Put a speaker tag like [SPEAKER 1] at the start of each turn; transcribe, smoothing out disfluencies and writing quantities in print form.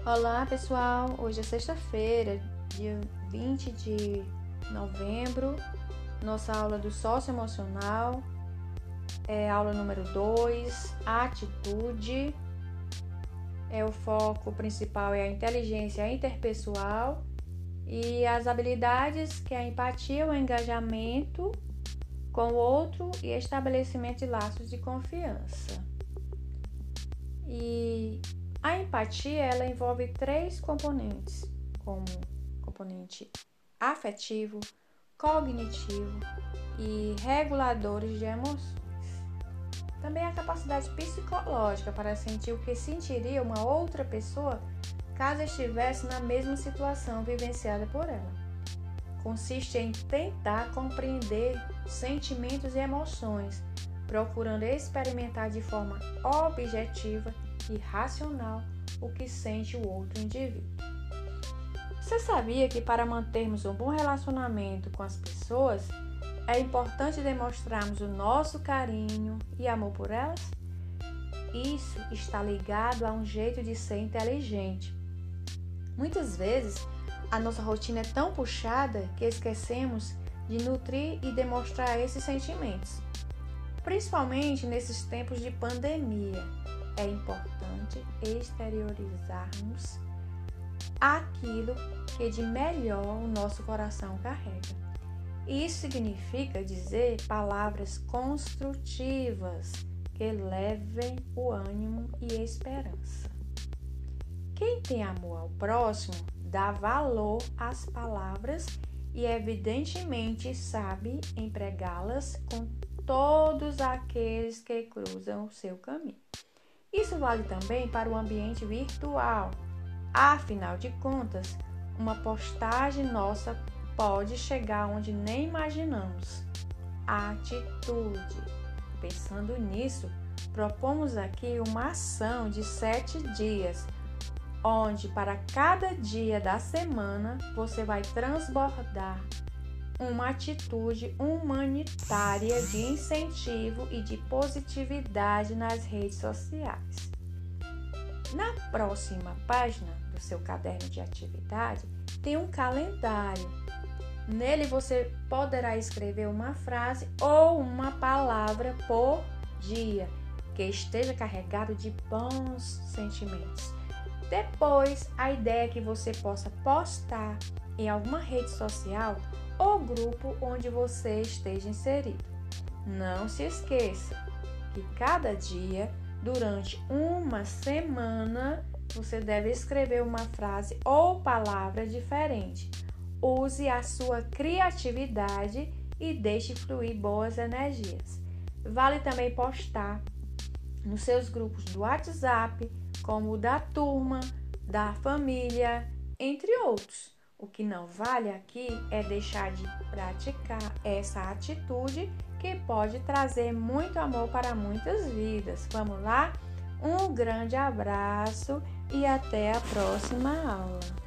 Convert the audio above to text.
[SPEAKER 1] Olá pessoal, hoje é sexta-feira, dia 20 de novembro, nossa aula do socioemocional, aula número 2, atitude, o foco principal é a inteligência interpessoal e as habilidades que é a empatia, o engajamento com o outro e estabelecimento de laços de confiança. E a empatia, ela envolve 3 componentes, como componente afetivo, cognitivo e reguladores de emoções. Também a capacidade psicológica para sentir o que sentiria uma outra pessoa caso estivesse na mesma situação vivenciada por ela. Consiste em tentar compreender sentimentos e emoções, procurando experimentar de forma objetiva e racional o que sente o outro indivíduo. Você sabia que para mantermos um bom relacionamento com as pessoas, é importante demonstrarmos o nosso carinho e amor por elas? Isso está ligado a um jeito de ser inteligente. Muitas vezes, a nossa rotina é tão puxada que esquecemos de nutrir e demonstrar esses sentimentos. Principalmente nesses tempos de pandemia, é importante exteriorizarmos aquilo que de melhor o nosso coração carrega. Isso significa dizer palavras construtivas que levem o ânimo e a esperança. Quem tem amor ao próximo dá valor às palavras e evidentemente sabe empregá-las com todos aqueles que cruzam o seu caminho. Isso vale também para o ambiente virtual. Afinal de contas, uma postagem nossa pode chegar onde nem imaginamos. Atitude. Pensando nisso, propomos aqui uma ação de 7 dias, onde para cada dia da semana você vai transbordar uma atitude humanitária de incentivo e de positividade nas redes sociais. Na próxima página do seu caderno de atividade tem um calendário. Nele você poderá escrever uma frase ou uma palavra por dia que esteja carregado de bons sentimentos. Depois, a ideia é que você possa postar em alguma rede social ou grupo onde você esteja inserido. Não se esqueça que cada dia, durante uma semana, você deve escrever uma frase ou palavra diferente. Use a sua criatividade e deixe fluir boas energias. Vale também postar nos seus grupos do WhatsApp, como o da turma, da família, entre outros. O que não vale aqui é deixar de praticar essa atitude que pode trazer muito amor para muitas vidas. Vamos lá? Um grande abraço e até a próxima aula.